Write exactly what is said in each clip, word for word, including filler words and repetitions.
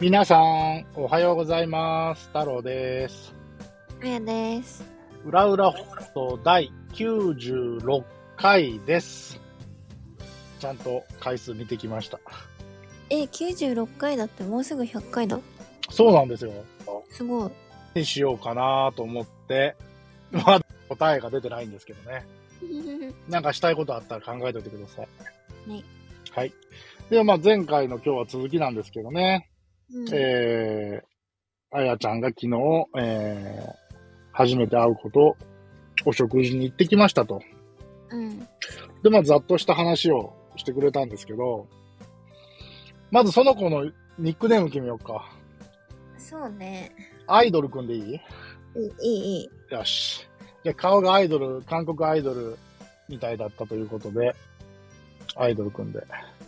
皆さん、おはようございます。太郎です。 あやです。 うらうら放送だいきゅうじゅうろっかいです。ちゃんと回数見てきました。 え、きゅうじゅうろっかいだってもうすぐひゃっかいだ。 そうなんですよ。 すごい。 何しようかなと思って、まだ答えが出てないんですけどね。なんかしたいことあったら考えておいてください。 はい。 はい。ではまあ前回の今日は続きなんですけどね。 うん、 えー、あやちゃんが昨日、えー、初めて会うこと、お食事に行ってきましたと。 うん。 で、まあ、ざっとした話をしてくれたんですけど、まずその子のニックネーム決めようか。 そうね。 アイドルくんでいい？ いい、いい、いい。 よし。じゃあ顔がアイドル、韓国アイドルみたいだったということで、アイドルくんで。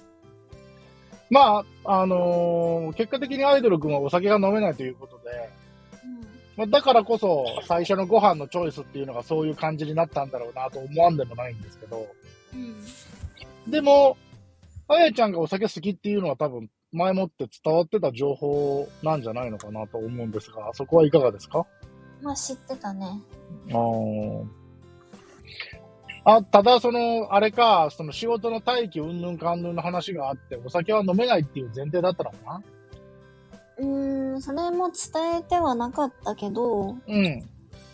まあ、あのー結果的にアイドルくんはお酒が飲めないということで、まあ、だからこそ最初のご飯のチョイスっていうのがそういう感じになったんだろうなと思わんでもないんですけど、 うん。 でも、あやちゃんがお酒好きっていうのは多分前もって伝わってた情報なんじゃないのかなと思うんですが、そこはいかがですか？ まあ知ってたね。 あーあ、ただその、あれか、その仕事の待機うんぬんかんぬんの話があって、お酒は飲めないっていう前提だったのかな？ うーん、それも伝えてはなかったけど、 うん。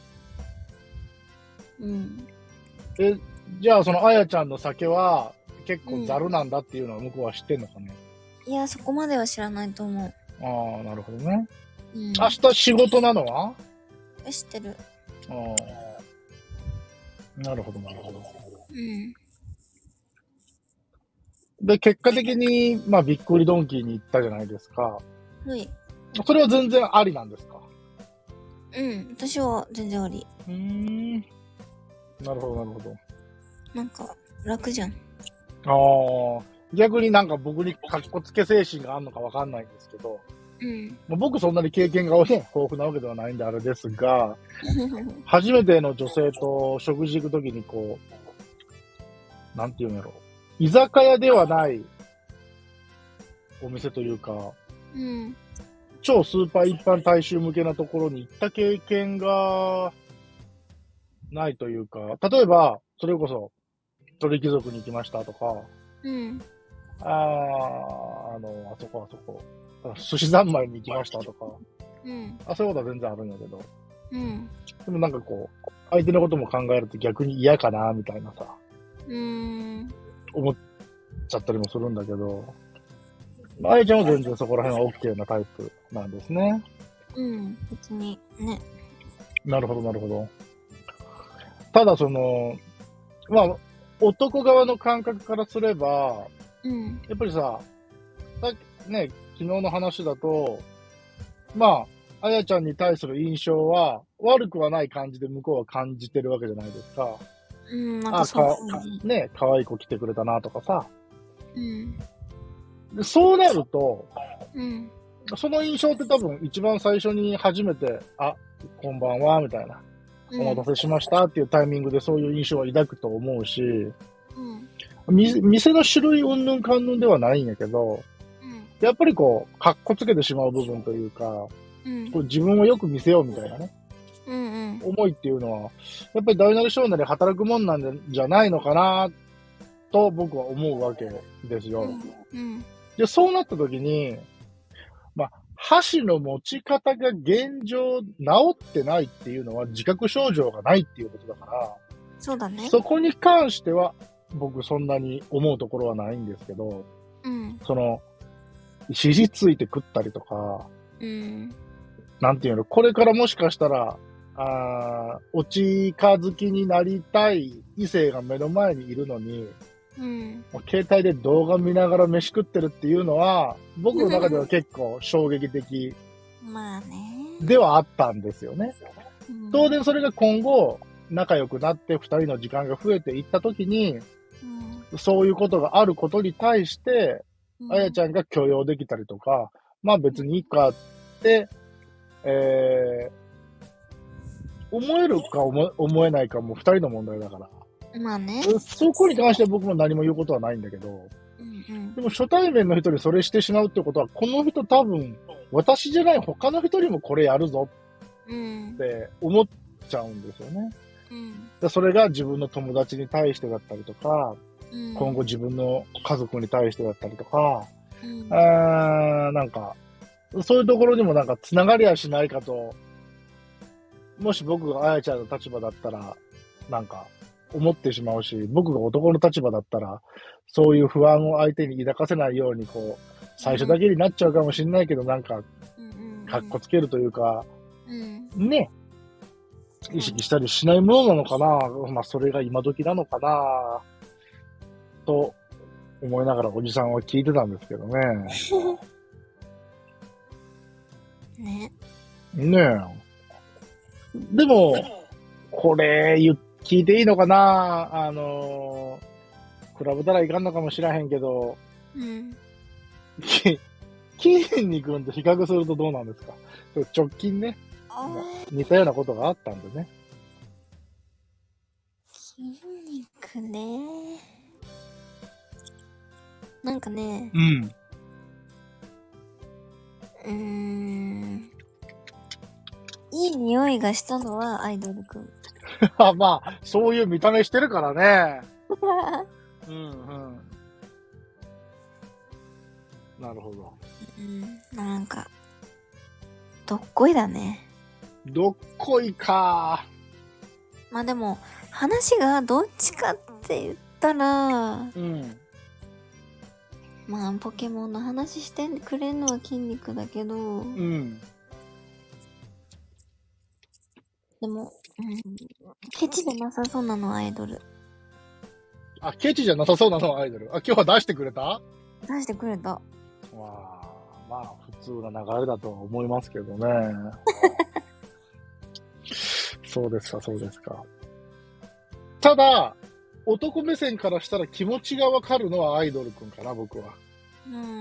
うん。 え、じゃあそのあやちゃんの酒は結構ザルなんだっていうのは向こうは知ってんのかね？ いや、そこまでは知らないと思ああ、なるほどね。 う。うん。 明日仕事なのは？ え、知ってる。 ああ、なるほど、なるほど。 うん。 で、結果的に、まあ、びっくりドンキーに行ったじゃないですか。 はい。 それは全然ありなんですか？ うん。私は全然あり。 うーん。なるほど、なるほど。 なんか、楽じゃん。 ああ、逆になんか僕にかっこつけ精神があるのかわかんないんですけど、 うん。 まあ、僕そんなに経験が、ね、豊富なわけではないんであれですが、初めての女性と食事行くときにこう、なんていうんやろ、居酒屋ではないお店というか、 うん。 超スーパー一般大衆向けなところに行った経験がないというか、例えば、それこそ、鳥貴族に行きましたとか、 うん。 あー、あの、あそこあそこ、寿司三昧に行きましたとか、 うん。 あ、そういうことは全然あるんやけど、 うん。 でもなんかこう、相手のことも考えると逆に嫌かな、みたいなさ、 うーん。 思っちゃったりもするんだけど、あやちゃんは全然そこら辺は OK なタイプなんですね。 うん。別に、ね。 なるほど、なるほど。ただその、まあ、男側の感覚からすれば、 うん。 やっぱりさ、さっきね、昨日の話だと、まあ、あやちゃんに対する印象は悪くはない感じで向こうは感じてるわけじゃないですか。 うん、なんあ、 かそうか、 だね。 ね、可愛い子来てくれたなとかさ。 うん。 でそうなると、 うん。 その印象って多分一番最初に初めて、あ、こんばんは、みたいな。お待たせしましたっていうタイミングでそういう印象は抱くと思うし、 うん。 み店の種類うんぬんかんぬんではないんやけど、 うん。 やっぱりこう、かっこつけてしまう部分というか、 うん。 こう自分をよく見せようみたいなね、 うん。うん。 思いっていうのは、やっぱり大なり小なり働くもんなんじゃないのかな、と僕は思うわけですよ。 うん。 で、そうなった時に、まあ、箸の持ち方が現状治ってないっていうのは自覚症状がないっていうことだから、 そうだね。 そこに関しては僕そんなに思うところはないんですけど、 うん。 その、肘ついて食ったりとか、 うん。 なんていうの、これからもしかしたら、あーお近づきになりたい異性が目の前にいるのに、 うん。 もう携帯で動画見ながら飯食ってるっていうのは、僕の中では結構衝撃的まあね。 ではあったんですよね。 うん、 当然それが今後、仲良くなって二人の時間が増えていったときに、 うん、 そういうことがあることに対して、 うん、 あやちゃんが許容できたりとか、まあ別にいいかって、えー、思えるか思思えないかも二人の問題だから。 まあね。 そこに関しては僕も何も言うことはないんだけど、 うん。うん。 でも初対面の人にそれしてしまうってことは、この人多分私じゃない他の人にもこれやるぞうんっ。て思っちゃうんですよね。 うん。 でそれが自分の友達に対してだったりとか、 うん。 今後自分の家族に対してだったりとか、 うん。 あーなんか、そういうところにもなんか繋がりはしないかと、もし僕があやちゃんの立場だったら、なんか思ってしまうし、僕が男の立場だったら、そういう不安を相手に抱かせないように、こう、最初だけになっちゃうかもしれないけど、なんか、 うん。 かっこつけるというか、 うん。 ね、意識したりしないものなのかな、まあ、それが今時なのかな、と思いながらおじさんは聞いてたんですけどね。 ね。 ねえ。でも、これ言、聞いていいのかな、あのー、比べたらいかんのかもしらへんけど、 うん。 き筋肉と比較するとどうなんですか？直近ね、 あー似たようなことがあったんでね。 筋肉ね。なんかね、 うん。 うーん。いい匂いがしたのはアイドルくん。 まあ、そういう見た目してるからね。うんうん。なるほど。 うん。なんか、どっこいだね。 どっこいか。 まあでも、話がどっちかって言ったら、 うん。 まあ、ポケモンの話してくれんのは筋肉だけど、 うん。 でも、うん、ケチでなさそうなのはアイドル。 あ、ケチじゃなさそうなのはアイドル。あ、今日は出してくれた？わ出してくれた。 あ、まあ、普通な流れだとは思いますけどね。そうですか、そうですか。ただ、男目線からしたら気持ちがわかるのはアイドルくんかな、僕は。 うーん。 うん。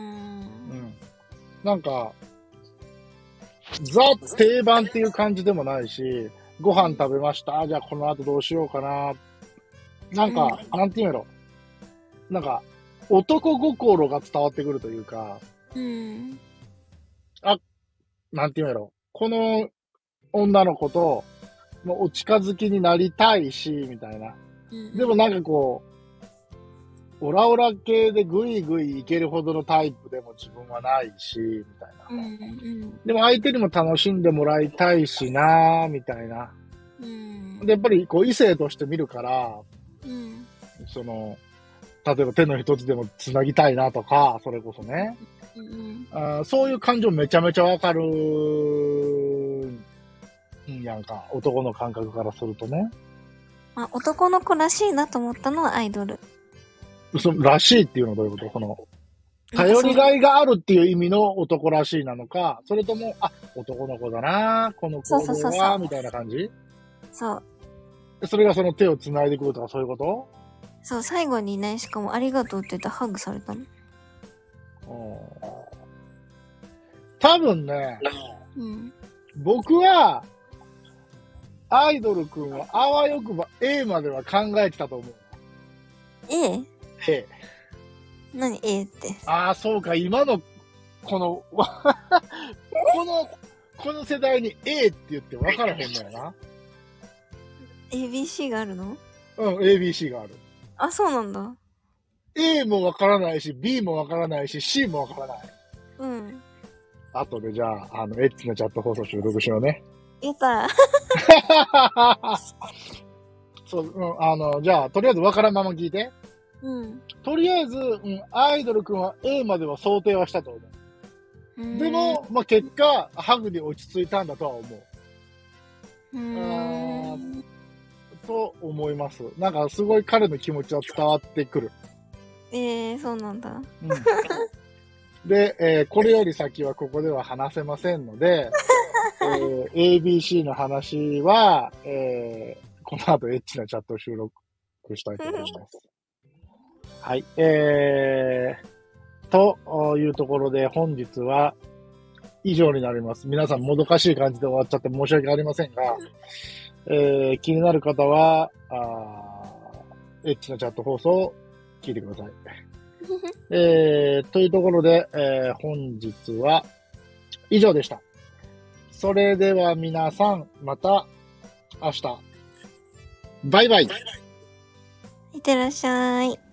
なんか、ザ定番っていう感じでもないし、ご飯食べました。じゃあこの後どうしようかな。なんか、 うなんていうんやろ。なんか、男心が伝わってくるというか、 うん。 なんていうんやろ。この女の子と、もうお近づきになりたいし、みたいな。 うん。 でもなんかこう、オラオラ系でグイグイいけるほどのタイプでも自分はないし、みたいな。 うん。うん。 でも相手にも楽しんでもらいたいしな、みたいな。 うん。 で、やっぱりこう異性として見るから、 うん。 その、例えば手の一つでも繋ぎたいなとか、それこそね。 うん。 あーそういう感情めちゃめちゃわかるんやんか。男の感覚からするとね。 まあ、男の子らしいなと思ったのはアイドル。 そのらしいっていうのはどういうこと？この、頼りがいがあるっていう意味の男らしいなのか、それとも、あ、男の子だな、このそう行動そうそうそうは、みたいな感じ？ そう。 それがその手を繋いでくるとかそういうこと？ そう、最後にね、しかもありがとうって言ってハグされたの。 多分ね、 うん。 僕は、アイドルくんはあわよくば A までは考えてたと思う。 A？ A。 何 A って。 ああ、そうか、今の、この、この、この世代に A って言って分からへんのよな。 エービーシー があるの？ うん、エービーシー がある。 あ、そうなんだ。 A も分からないし、B も分からないし、C も分からない。 うん。 あとでじゃあ、あの、エッチなチャット放送収録しようね。 やったそう、うん、あの、じゃあ、とりあえず分からんまま聞いて。 うん。 とりあえず、うん、アイドルくんは A までは想定はしたと思う。でも、まあ、結果、ハグで落ち着いたんだとは思う。 うーん。 と思います。なんか、すごい彼の気持ちは伝わってくる。 えー、そうなんだ。 うんで、えーこれより先はここでは話せませんので、えー エービーシー の話は、えーこの後エッチなチャットを収録したいと思います。はい。えー、というところで本日は以上になります。皆さんもどかしい感じで終わっちゃって申し訳ありませんが、えー気になる方は、あーエッチなチャット放送を聞いてください。えー、というところで、えー本日は、 以上でした。それでは皆さん、また明日。バイバイ。 いってらっしゃい。